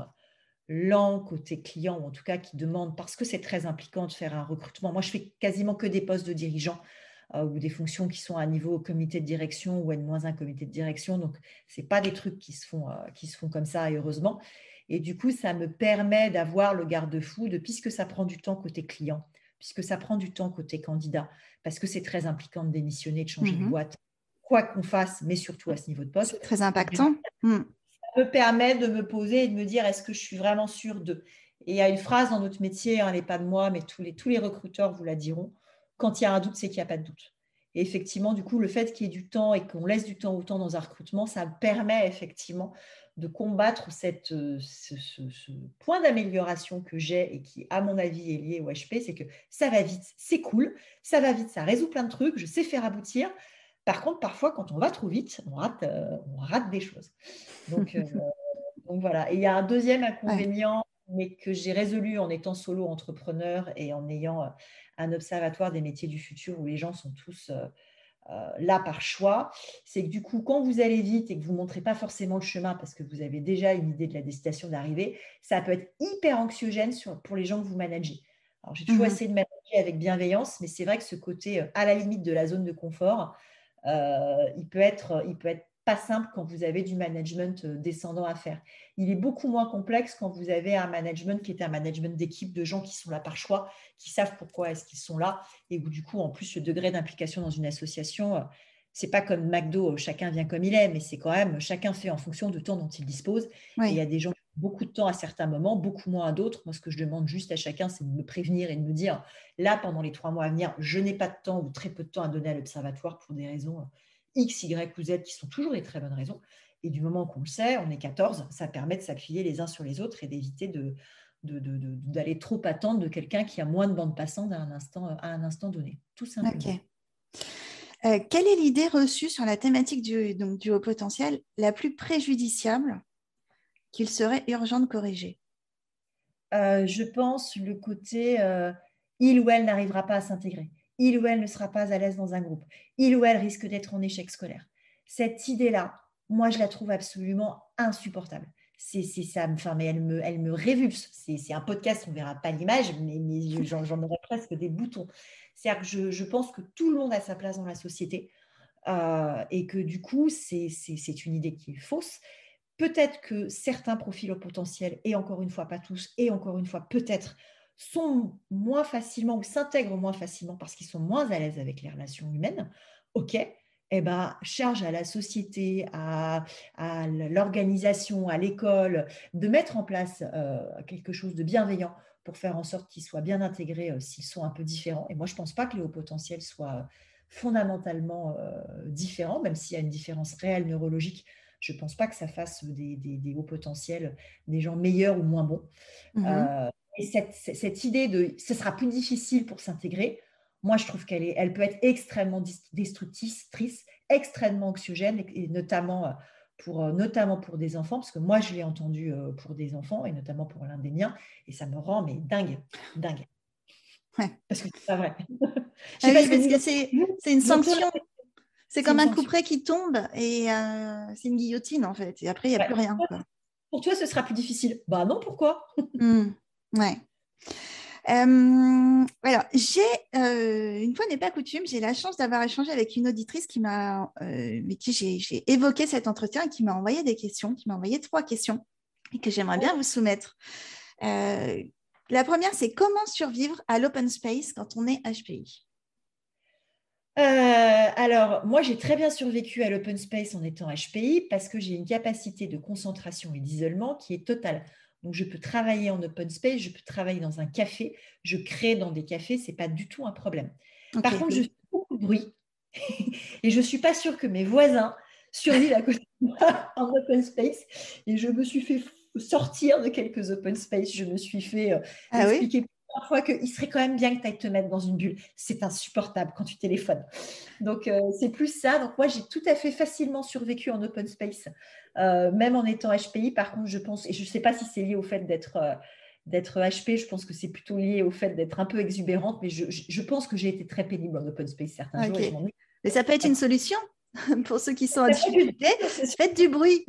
lents côté client, ou en tout cas qui demandent, parce que c'est très impliquant de faire un recrutement. Moi, je fais quasiment que des postes de dirigeants euh, ou des fonctions qui sont à niveau comité de direction ou N moins un comité de direction. Donc, ce n'est pas des trucs qui se font, euh, qui se font comme ça, et heureusement. Et du coup, ça me permet d'avoir le garde-fou de, puisque ça prend du temps côté client, puisque ça prend du temps côté candidat, parce que c'est très impliquant de démissionner, de changer Mm-hmm. de boîte, quoi qu'on fasse, mais surtout à ce niveau de poste. C'est très impactant. Mm. Ça me permet de me poser et de me dire, est-ce que je suis vraiment sûre de… Et il y a une phrase dans notre métier, hein, elle n'est pas de moi, mais tous les, tous les recruteurs vous la diront, quand il y a un doute, c'est qu'il n'y a pas de doute. Et effectivement, du coup, le fait qu'il y ait du temps et qu'on laisse du temps au temps dans un recrutement, ça me permet effectivement de combattre cette, ce, ce, ce point d'amélioration que j'ai et qui, à mon avis, est lié au H P, c'est que ça va vite, c'est cool, ça va vite, ça résout plein de trucs, je sais faire aboutir. Par contre, parfois, quand on va trop vite, on rate, euh, on rate des choses. Donc, euh, donc voilà. Et il y a un deuxième inconvénient, ouais. mais que j'ai résolu en étant solo entrepreneur et en ayant un observatoire des métiers du futur où les gens sont tous euh, euh, là par choix, c'est que du coup, quand vous allez vite et que vous ne montrez pas forcément le chemin parce que vous avez déjà une idée de la destination d'arrivée, ça peut être hyper anxiogène sur, pour les gens que vous managez. Alors, j'ai toujours mmh. essayé de manager avec bienveillance, mais c'est vrai que ce côté euh, à la limite de la zone de confort, euh, il peut être, il peut être pas simple quand vous avez du management descendant à faire. Il est beaucoup moins complexe quand vous avez un management qui est un management d'équipe de gens qui sont là par choix, qui savent pourquoi est-ce qu'ils sont là et où du coup, en plus, le degré d'implication dans une association, c'est pas comme McDo, chacun vient comme il est, mais c'est quand même, chacun fait en fonction du temps dont il dispose. Oui. Et il y a des gens qui ont beaucoup de temps à certains moments, beaucoup moins à d'autres. Moi, ce que je demande juste à chacun, c'est de me prévenir et de me dire, là, pendant les trois mois à venir, je n'ai pas de temps ou très peu de temps à donner à l'observatoire pour des raisons X, Y ou Z, qui sont toujours des très bonnes raisons. Et du moment qu'on le sait, on est quatorze, ça permet de s'appuyer les uns sur les autres et d'éviter de, de, de, de, d'aller trop attendre de quelqu'un qui a moins de bande passante à un instant, à un instant donné, tout simplement. Okay. Euh, quelle est l'idée reçue sur la thématique du, donc, du haut potentiel la plus préjudiciable qu'il serait urgent de corriger? euh, Je pense le côté euh, il ou elle n'arrivera pas à s'intégrer. Il ou elle ne sera pas à l'aise dans un groupe. Il ou elle risque d'être en échec scolaire. Cette idée-là, moi, je la trouve absolument insupportable. C'est, c'est ça, enfin, mais elle me, elle me révulse. C'est, c'est un podcast, on ne verra pas l'image, mais, mais j'en, j'en aurais presque des boutons. C'est-à-dire que je, je pense que tout le monde a sa place dans la société euh, et que du coup, c'est, c'est, c'est une idée qui est fausse. Peut-être que certains profils au potentiel, et encore une fois, pas tous, et encore une fois, peut-être, sont moins facilement ou s'intègrent moins facilement parce qu'ils sont moins à l'aise avec les relations humaines, ok, eh ben, charge à la société, à, à l'organisation, à l'école, de mettre en place euh, quelque chose de bienveillant pour faire en sorte qu'ils soient bien intégrés euh, s'ils sont un peu différents. Et moi, je ne pense pas que les hauts potentiels soient fondamentalement euh, différents, même s'il y a une différence réelle neurologique. Je ne pense pas que ça fasse des, des, des hauts potentiels, des gens meilleurs ou moins bons. Mmh. Euh, Et cette, cette idée de ce sera plus difficile pour s'intégrer, moi je trouve qu'elle est, elle peut être extrêmement destructrice, extrêmement anxiogène, et, et notamment, pour, notamment pour des enfants, parce que moi je l'ai entendu pour des enfants, et notamment pour l'un des miens, et ça me rend mais dingue, dingue. Ouais. Parce que c'est pas vrai. Ah oui, parce que c'est, c'est une sanction. C'est comme un couperet qui tombe et euh, c'est une guillotine en fait. Et après, il n'y a ouais. plus rien. Quoi. Pour toi, ce sera plus difficile. Bah non, pourquoi mmh, ouais. Euh, alors, j'ai, euh, une fois n'est pas coutume, j'ai la chance d'avoir échangé avec une auditrice qui m'a, euh, avec qui j'ai, j'ai évoqué cet entretien et qui m'a envoyé des questions, qui m'a envoyé trois questions et que j'aimerais bien vous soumettre. Euh, la première, c'est comment survivre à l'open space quand on est H P I ? Euh, alors, moi, j'ai très bien survécu à l'open space en étant H P I parce que j'ai une capacité de concentration et d'isolement qui est totale. Donc, je peux travailler en open space, je peux travailler dans un café, je crée dans des cafés, ce n'est pas du tout un problème. Okay. Par contre, je fais beaucoup de bruit et je ne suis pas sûre que mes voisins survivent à côté de moi en open space. Et je me suis fait sortir de quelques open space, je me suis fait euh, ah expliquer oui parfois qu'il serait quand même bien que tu ailles te mettre dans une bulle. C'est insupportable quand tu téléphones. Donc, euh, c'est plus ça. Donc, moi, j'ai tout à fait facilement survécu en open space, euh, même en étant H P I. Par contre, je pense, et je ne sais pas si c'est lié au fait d'être, euh, d'être H P, je pense que c'est plutôt lié au fait d'être un peu exubérante, mais je, je pense que j'ai été très pénible en open space certains okay. jours. Et je m'ennuie. Mais ça peut être une solution pour ceux qui sont en difficulté. Faites du bruit.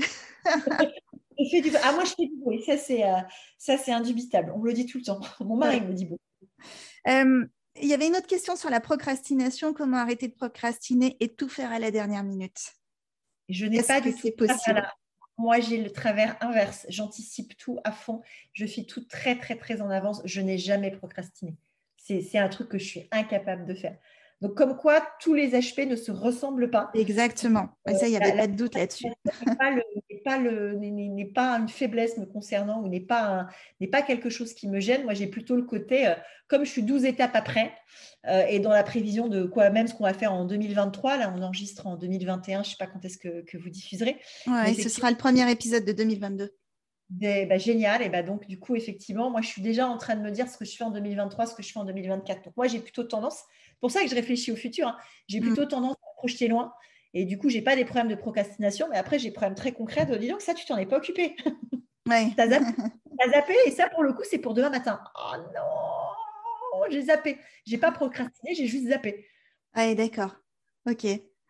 Fait du... Ah, moi, je fais du bruit. Ça, c'est, euh, ça, c'est indubitable. On me le dit tout le temps. Mon mari ouais. me dit beaucoup. Euh, il y avait une autre question sur la procrastination. Comment arrêter de procrastiner et tout faire à la dernière minute ? Je n'ai Est-ce pas que du c'est tout possible. La... Moi, j'ai le travers inverse. J'anticipe tout à fond. Je fais tout très, très, très en avance. Je n'ai jamais procrastiné. C'est, c'est un truc que je suis incapable de faire. Donc, comme quoi, tous les H P ne se ressemblent pas. Exactement. Et ça, il n'y avait euh, pas de doute là-dessus. N'est pas, le, n'est, pas le, n'est, n'est pas une faiblesse me concernant ou n'est pas, un, n'est pas quelque chose qui me gêne. Moi, j'ai plutôt le côté, euh, comme je suis douze étapes après, euh, et dans la prévision de quoi même ce qu'on va faire en deux mille vingt-trois, là, on enregistre en deux mille vingt et un, je ne sais pas quand est-ce que, que vous diffuserez. Oui, ce sera le premier épisode de deux mille vingt-deux. Des, bah, génial. Et bah, donc, du coup, effectivement, moi, je suis déjà en train de me dire ce que je fais en deux mille vingt-trois, ce que je fais en deux mille vingt-quatre. Donc, moi, j'ai plutôt tendance, c'est pour ça que je réfléchis au futur, hein, j'ai plutôt mmh. tendance à projeter loin. Et du coup, je n'ai pas des problèmes de procrastination, mais après, j'ai des problèmes très concrets de, dis donc, ça, tu t'en es pas occupé. Ouais. Tu as zappé, t'as zappé, et ça, pour le coup, c'est pour demain matin. Oh non, j'ai zappé. Je n'ai pas procrastiné, j'ai juste zappé. Oui, d'accord. OK.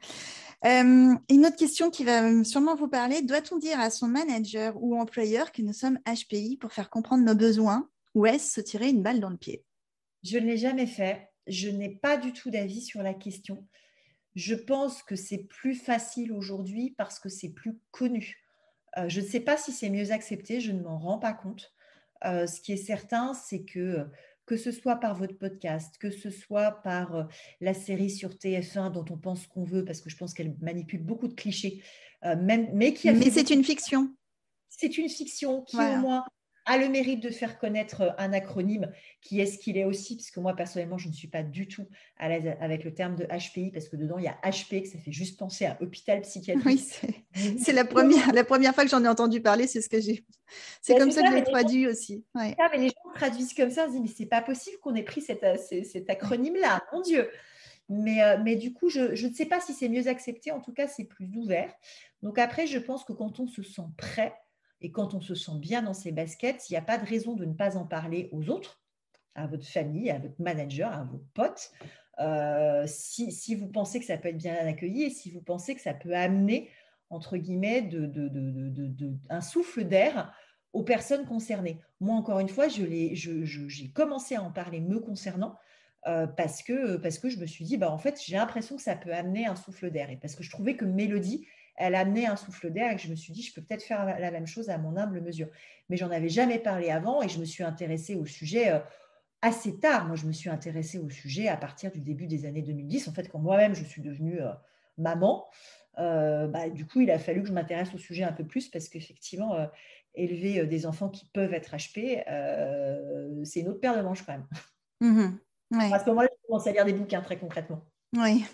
Euh, une autre question qui va sûrement vous parler, doit-on dire à son manager ou employeur que nous sommes H P I pour faire comprendre nos besoins ou est-ce se tirer une balle dans le pied ? Je ne l'ai jamais fait. Je n'ai pas du tout d'avis sur la question. Je pense que c'est plus facile aujourd'hui parce que c'est plus connu. Euh, je ne sais pas si c'est mieux accepté, je ne m'en rends pas compte. Euh, ce qui est certain, c'est que que ce soit par votre podcast, que ce soit par euh, la série sur T F un dont on pense qu'on veut, parce que je pense qu'elle manipule beaucoup de clichés, euh, même, mais qui a mais fait c'est beaucoup... une fiction. C'est une fiction qui, voilà. au moins, a le mérite de faire connaître un acronyme qui est ce qu'il est aussi, puisque moi, personnellement, je ne suis pas du tout à l'aise avec le terme de H P I, parce que dedans, il y a H P, que ça fait juste penser à hôpital psychiatrique. Oui, c'est, c'est la, première, la première fois que j'en ai entendu parler, c'est ce que j'ai. C'est ben, comme c'est ça, ça que je l'ai traduit gens, aussi. Ouais. Ça, mais les gens traduisent comme ça, on se dit, mais c'est pas possible qu'on ait pris cette, cet, cet acronyme-là, mon Dieu. Mais, euh, mais du coup, je, je ne sais pas si c'est mieux accepté, en tout cas, c'est plus ouvert. Donc après, je pense que quand on se sent prêt, et quand on se sent bien dans ses baskets, il n'y a pas de raison de ne pas en parler aux autres, à votre famille, à votre manager, à vos potes, euh, si, si vous pensez que ça peut être bien accueilli et si vous pensez que ça peut amener, entre guillemets, de, de, de, de, de, de, un souffle d'air aux personnes concernées. Moi, encore une fois, je l'ai, je, je, j'ai commencé à en parler me concernant euh, parce, que, parce que je me suis dit, bah, en fait, j'ai l'impression que ça peut amener un souffle d'air et parce que je trouvais que Mélodie, elle amenait un souffle d'air et que je me suis dit, je peux peut-être faire la même chose à mon humble mesure. Mais j'en avais jamais parlé avant et je me suis intéressée au sujet euh, assez tard. Moi, je me suis intéressée au sujet à partir du début des années deux mille dix. En fait, quand moi-même, je suis devenue euh, maman, euh, bah, du coup, il a fallu que je m'intéresse au sujet un peu plus parce qu'effectivement, euh, élever euh, des enfants qui peuvent être H P, euh, c'est une autre paire de manches quand même. Mmh, ouais. À ce moment-là, je commence à lire des bouquins très concrètement. Oui.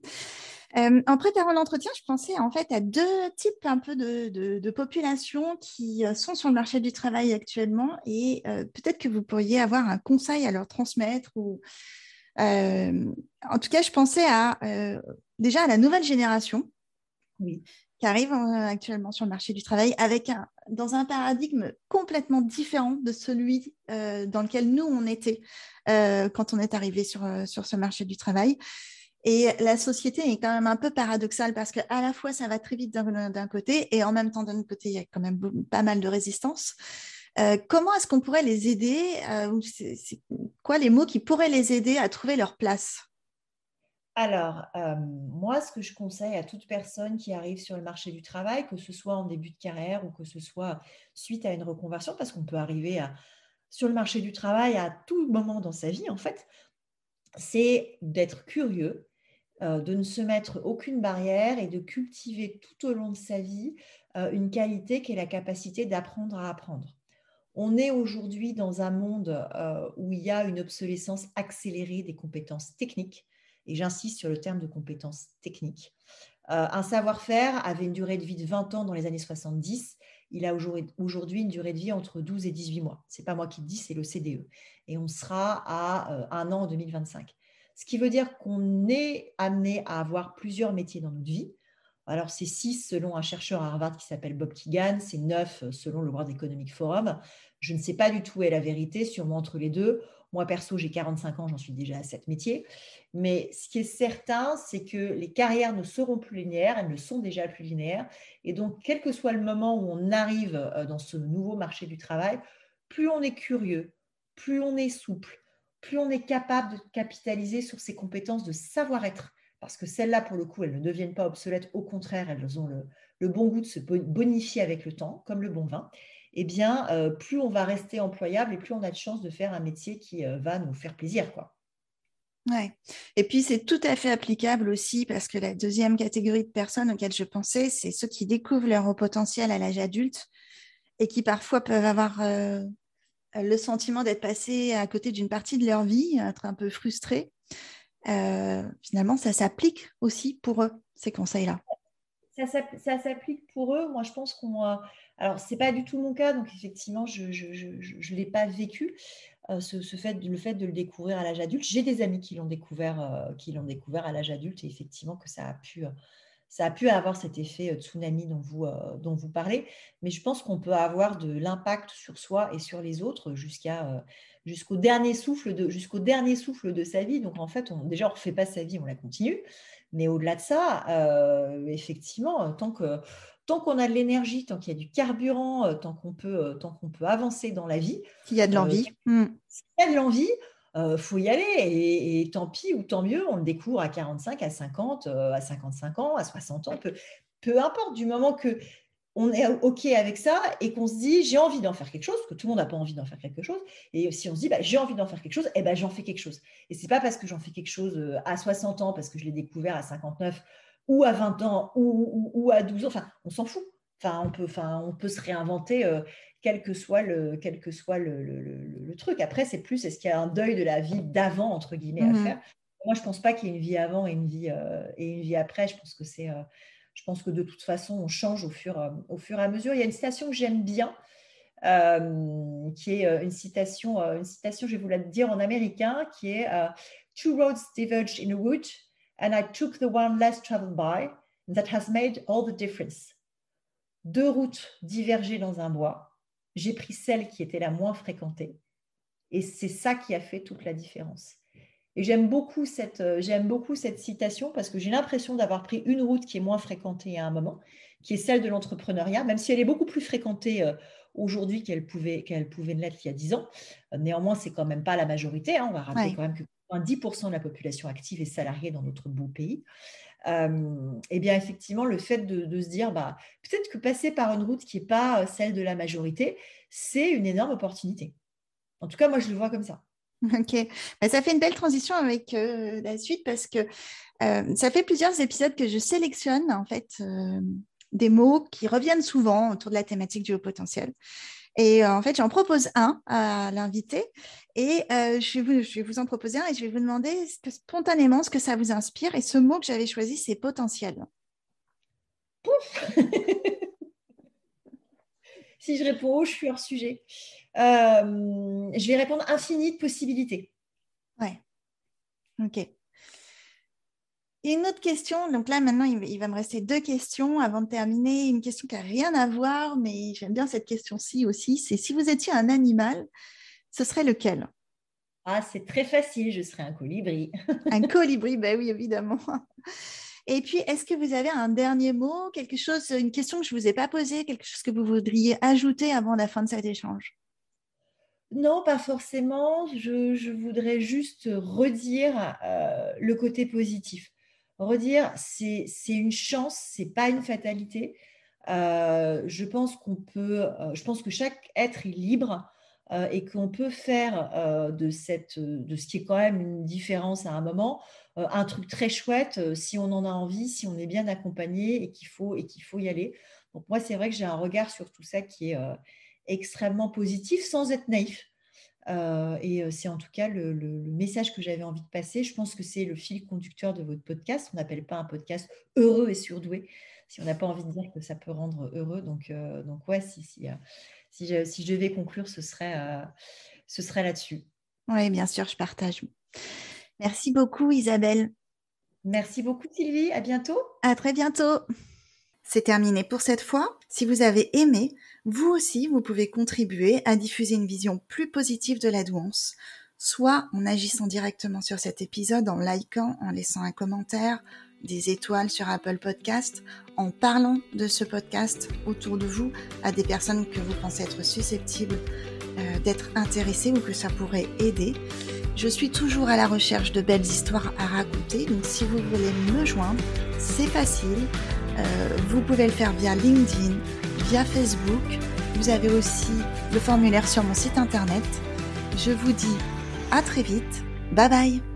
Euh, en préparant l'entretien, je pensais en fait à deux types un peu de, de, de populations qui sont sur le marché du travail actuellement et euh, peut-être que vous pourriez avoir un conseil à leur transmettre. Ou, euh, en tout cas, je pensais à, euh, déjà à la nouvelle génération oui. qui arrive euh, actuellement sur le marché du travail avec un, dans un paradigme complètement différent de celui euh, dans lequel nous, on était euh, quand on est arrivé sur, sur ce marché du travail. Et la société est quand même un peu paradoxale parce qu'à la fois, ça va très vite d'un, d'un côté et en même temps, d'un autre côté, il y a quand même pas mal de résistance. Euh, comment est-ce qu'on pourrait les aider euh, c'est, c'est quoi les mots qui pourraient les aider à trouver leur place? Alors, euh, moi, ce que je conseille à toute personne qui arrive sur le marché du travail, que ce soit en début de carrière ou que ce soit suite à une reconversion, parce qu'on peut arriver à, sur le marché du travail à tout moment dans sa vie, en fait, c'est d'être curieux, euh, de ne se mettre aucune barrière et de cultiver tout au long de sa vie euh, une qualité qui est la capacité d'apprendre à apprendre. On est aujourd'hui dans un monde euh, où il y a une obsolescence accélérée des compétences techniques, et j'insiste sur le terme de compétences techniques. Euh, un savoir-faire avait une durée de vie de vingt ans dans les années soixante-dix. Il a aujourd'hui une durée de vie entre douze et dix-huit mois. Ce n'est pas moi qui le dis, c'est l'O C D E. Et on sera à euh, un an en deux mille vingt-cinq. Ce qui veut dire qu'on est amené à avoir plusieurs métiers dans notre vie. Alors, c'est six selon un chercheur à Harvard qui s'appelle Bob Keegan, c'est neuf selon le World Economic Forum. Je ne sais pas du tout où est la vérité, sûrement entre les deux. Moi, perso, j'ai quarante-cinq ans, j'en suis déjà à sept métiers. Mais ce qui est certain, c'est que les carrières ne seront plus linéaires, elles ne sont déjà plus linéaires. Et donc, quel que soit le moment où on arrive dans ce nouveau marché du travail, plus on est curieux, plus on est souple, plus on est capable de capitaliser sur ses compétences de savoir-être, parce que celles-là, pour le coup, elles ne deviennent pas obsolètes. Au contraire, elles ont le, le bon goût de se bonifier avec le temps, comme le bon vin. Eh bien, euh, plus on va rester employable et plus on a de chances de faire un métier qui euh, va nous faire plaisir, quoi. Ouais. Et puis, c'est tout à fait applicable aussi parce que la deuxième catégorie de personnes auxquelles je pensais, c'est ceux qui découvrent leur haut potentiel à l'âge adulte et qui parfois peuvent avoir euh, le sentiment d'être passés à côté d'une partie de leur vie, être un peu frustrés. Euh, finalement, ça s'applique aussi pour eux, ces conseils-là. Ça, ça s'applique pour eux. Moi, je pense qu'on... Euh, alors, ce n'est pas du tout mon cas, donc effectivement, je ne je, je, je l'ai pas vécu, euh, ce, ce fait, le fait de le découvrir à l'âge adulte. J'ai des amis qui l'ont découvert, euh, qui l'ont découvert à l'âge adulte et effectivement que ça a pu... Euh, ça a pu avoir cet effet tsunami dont vous, euh, dont vous parlez, mais je pense qu'on peut avoir de l'impact sur soi et sur les autres jusqu'à, euh, jusqu'au dernier souffle de, jusqu'au dernier souffle de sa vie. Donc, en fait, on, déjà, on ne refait pas sa vie, on la continue. Mais au-delà de ça, euh, effectivement, tant, que, tant qu'on a de l'énergie, tant qu'il y a du carburant, euh, tant qu'on peut, euh, tant qu'on peut avancer dans la vie, s'il y a de l'envie, euh, mmh. s'il y a de l'envie, il euh, faut y aller et, et tant pis ou tant mieux, on le découvre à quarante-cinq, à cinquante, euh, à cinquante-cinq ans, à soixante ans, peu, peu importe, du moment qu'on est OK avec ça et qu'on se dit j'ai envie d'en faire quelque chose, parce que tout le monde n'a pas envie d'en faire quelque chose, et si on se dit bah, j'ai envie d'en faire quelque chose, eh ben, j'en fais quelque chose. Et ce n'est pas parce que j'en fais quelque chose à soixante ans, parce que je l'ai découvert à cinquante-neuf, ou à vingt ans, ou, ou, ou à douze ans, enfin, on s'en fout. Enfin, on peut, enfin, on peut se réinventer, euh, quel que soit le, quel que soit le, le, le, le truc. Après, c'est plus, est-ce qu'il y a un deuil de la vie d'avant, entre guillemets, mmh. à faire? Moi, je ne pense pas qu'il y ait une vie avant et une vie, euh, et une vie après. Je pense que c'est, euh, je pense que de toute façon, on change au fur, euh, au fur et à mesure. Il y a une citation que j'aime bien, euh, qui est une citation, euh, une citation, je vais vous la dire en américain, qui est uh, « Two roads diverged in a wood, and I took the one less traveled by, and that has made all the difference. » Deux routes divergeaient dans un bois. J'ai pris celle qui était la moins fréquentée. Et c'est ça qui a fait toute la différence. Et j'aime beaucoup cette, euh, j'aime beaucoup cette citation parce que j'ai l'impression d'avoir pris une route qui est moins fréquentée à un moment, qui est celle de l'entrepreneuriat, même si elle est beaucoup plus fréquentée euh, aujourd'hui qu'elle pouvait, qu'elle pouvait l'être il y a dix ans. Euh, néanmoins, ce n'est quand même pas la majorité. Hein. On va rappeler ouais. quand même que dix pour cent de la population active est salariée dans notre beau pays. Euh, et bien effectivement, le fait de, de se dire, bah, peut-être que passer par une route qui n'est pas celle de la majorité, c'est une énorme opportunité. En tout cas, moi, je le vois comme ça. Ok, bah, ça fait une belle transition avec euh, la suite parce que euh, ça fait plusieurs épisodes que je sélectionne en fait euh, des mots qui reviennent souvent autour de la thématique du haut potentiel. Et euh, en fait, j'en propose un à l'invité et euh, je, vais vous, je vais vous en proposer un et je vais vous demander ce que, spontanément ce que ça vous inspire. Et ce mot que j'avais choisi, c'est potentiel. Pouf. Si je réponds haut, je suis hors sujet. Euh, je vais répondre infini de possibilités. Ouais. Ok. Et une autre question. Donc là, maintenant, il, il va me rester deux questions avant de terminer. Une question qui n'a rien à voir, mais j'aime bien cette question-ci aussi. C'est si vous étiez un animal, ce serait lequel? Ah, c'est très facile, je serai un colibri. Un colibri, ben oui, évidemment. Et puis, est-ce que vous avez un dernier mot, quelque chose, une question que je ne vous ai pas posée, quelque chose que vous voudriez ajouter avant la fin de cet échange? Non, pas forcément. Je, je voudrais juste redire euh, le côté positif. Redire, c'est, c'est une chance, c'est pas une fatalité. Euh, je pense qu'on peut, euh, je pense que chaque être est libre euh, et qu'on peut faire euh, de cette, de ce qui est quand même une différence à un moment, euh, un truc très chouette euh, si on en a envie, si on est bien accompagné et qu'il faut et qu'il faut y aller. Donc moi, c'est vrai que j'ai un regard sur tout ça qui est euh, extrêmement positif, sans être naïf. Euh, et c'est en tout cas le, le, le message que j'avais envie de passer. Je pense que c'est le fil conducteur de votre podcast. On n'appelle pas un podcast heureux et surdoué si on n'a pas envie de dire que ça peut rendre heureux. Donc, euh, donc ouais, si, si, euh, si, je, si je devais conclure, ce serait, euh, ce serait là-dessus. Oui, bien sûr, je partage. Merci beaucoup, Isabelle. Merci beaucoup, Sylvie. À bientôt. À très bientôt. C'est terminé pour cette fois. Si vous avez aimé, vous aussi, vous pouvez contribuer à diffuser une vision plus positive de la douance, soit en agissant directement sur cet épisode, en likant, en laissant un commentaire, des étoiles sur Apple Podcast, en parlant de ce podcast autour de vous à des personnes que vous pensez être susceptibles euh, d'être intéressées ou que ça pourrait aider. Je suis toujours à la recherche de belles histoires à raconter, donc si vous voulez me joindre, c'est facile. Euh, vous pouvez le faire via LinkedIn, via Facebook. Vous avez aussi le formulaire sur mon site internet. Je vous dis à très vite. Bye bye.